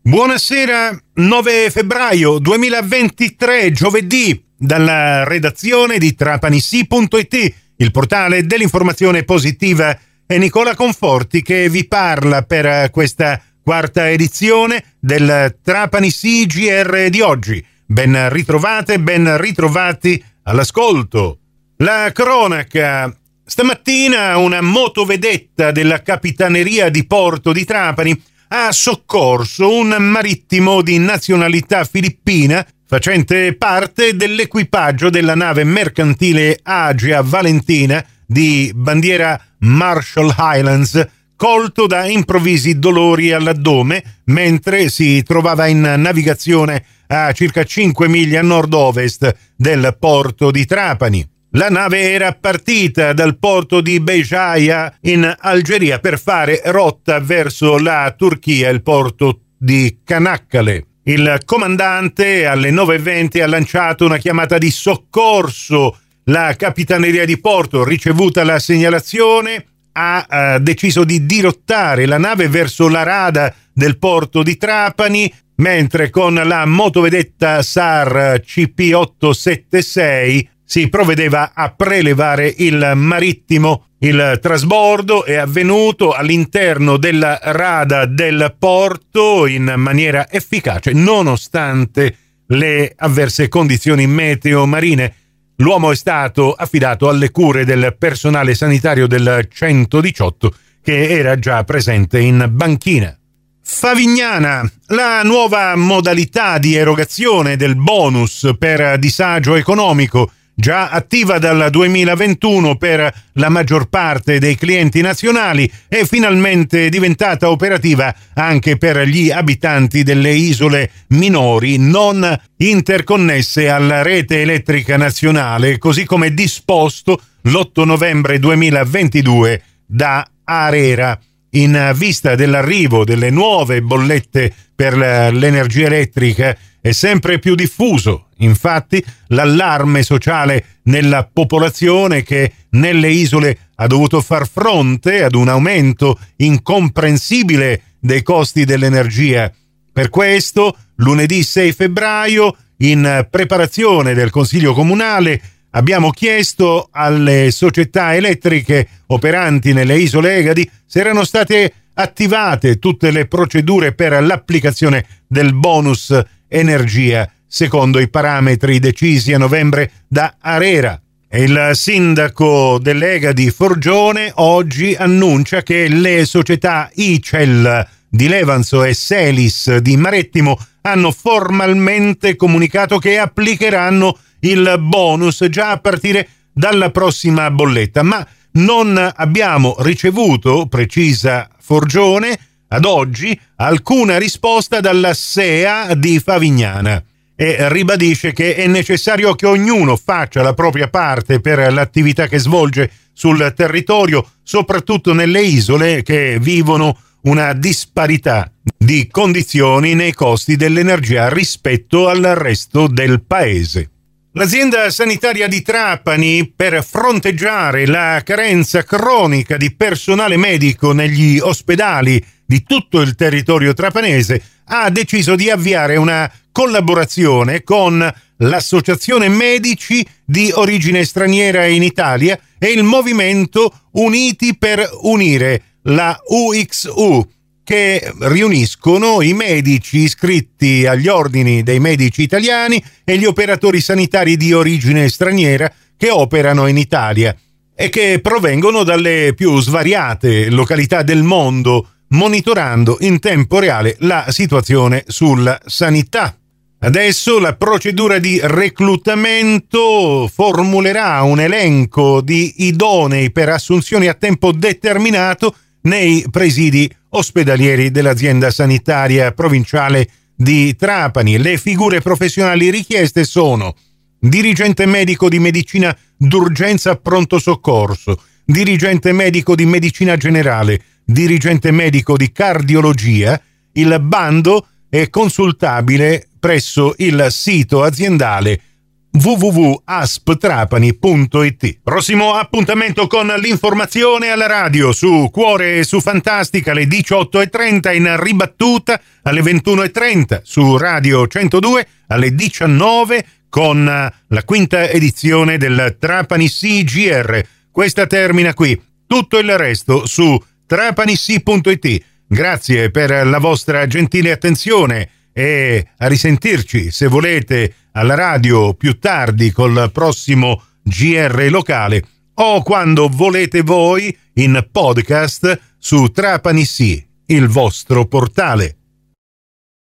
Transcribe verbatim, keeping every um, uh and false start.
Buonasera, nove febbraio duemilaventitré, giovedì, dalla redazione di Trapanissi punto it, il portale dell'informazione positiva. È Nicola Conforti che vi parla per questa quarta edizione del Trapanissi G R di oggi. Ben ritrovate, ben ritrovati all'ascolto. La cronaca. Stamattina una motovedetta della Capitaneria di Porto di Trapani ha soccorso un marittimo di nazionalità filippina facente parte dell'equipaggio della nave mercantile Agia Valentina di bandiera Marshall Islands, colto da improvvisi dolori all'addome mentre si trovava in navigazione a circa cinque miglia a nord-ovest del porto di Trapani. La nave era partita dal porto di Béjaïa in Algeria per fare rotta verso la Turchia, il porto di Canaccale. Il comandante alle nove e venti ha lanciato una chiamata di soccorso. La Capitaneria di Porto, ricevuta la segnalazione, ha eh, deciso di dirottare la nave verso la rada del porto di Trapani, mentre con la motovedetta S A R C P ottocentosettantasei si provvedeva a prelevare il marittimo. Il trasbordo è avvenuto all'interno della rada del porto in maniera efficace, nonostante le avverse condizioni meteo marine. L'uomo è stato affidato alle cure del personale sanitario del centodiciotto che era già presente in banchina. Favignana, la nuova modalità di erogazione del bonus per disagio economico, già attiva dal duemilaventuno per la maggior parte dei clienti nazionali, è finalmente diventata operativa anche per gli abitanti delle isole minori non interconnesse alla rete elettrica nazionale, così come disposto l'otto novembre duemilaventidue da ARERA. In vista dell'arrivo delle nuove bollette per l'energia elettrica è sempre più diffuso, infatti, l'allarme sociale nella popolazione che nelle isole ha dovuto far fronte ad un aumento incomprensibile dei costi dell'energia. Per questo, lunedì sei febbraio, in preparazione del Consiglio Comunale, abbiamo chiesto alle società elettriche operanti nelle isole Egadi se erano state attivate tutte le procedure per l'applicazione del bonus energia secondo i parametri decisi a novembre da ARERA. E il sindaco dell'Egadi Forgione oggi annuncia che le società I C E L di Levanzo e Selis di Marettimo hanno formalmente comunicato che applicheranno il bonus già a partire dalla prossima bolletta, ma non abbiamo ricevuto, precisa Forgione, ad oggi alcuna risposta dalla S E A di Favignana e ribadisce che è necessario che ognuno faccia la propria parte per l'attività che svolge sul territorio, soprattutto nelle isole che vivono una disparità di condizioni nei costi dell'energia rispetto al resto del paese. L'azienda sanitaria di Trapani, per fronteggiare la carenza cronica di personale medico negli ospedali di tutto il territorio trapanese, ha deciso di avviare una collaborazione con l'Associazione Medici di Origine Straniera in Italia e il movimento Uniti per Unire, la U X U, che riuniscono i medici iscritti agli ordini dei medici italiani e gli operatori sanitari di origine straniera che operano in Italia e che provengono dalle più svariate località del mondo, monitorando in tempo reale la situazione sulla sanità. Adesso la procedura di reclutamento formulerà un elenco di idonei per assunzioni a tempo determinato nei presidi ospedalieri dell'azienda sanitaria provinciale di Trapani. Le figure professionali richieste sono dirigente medico di medicina d'urgenza pronto soccorso, dirigente medico di medicina generale, dirigente medico di cardiologia. Il bando è consultabile presso il sito aziendale w w w punto a s p trapani punto i t. Prossimo appuntamento con l'informazione alla radio su Cuore e su Fantastica alle diciotto e trenta, in ribattuta alle ventuno e trenta su Radio centodue alle diciannove con la quinta edizione del Trapani C G R. Questa termina qui, tutto il resto su trapanissi punto i t. Grazie per la vostra gentile attenzione e a risentirci, se volete, alla radio più tardi col prossimo G R locale o quando volete voi in podcast su Trapani Sì, il vostro portale.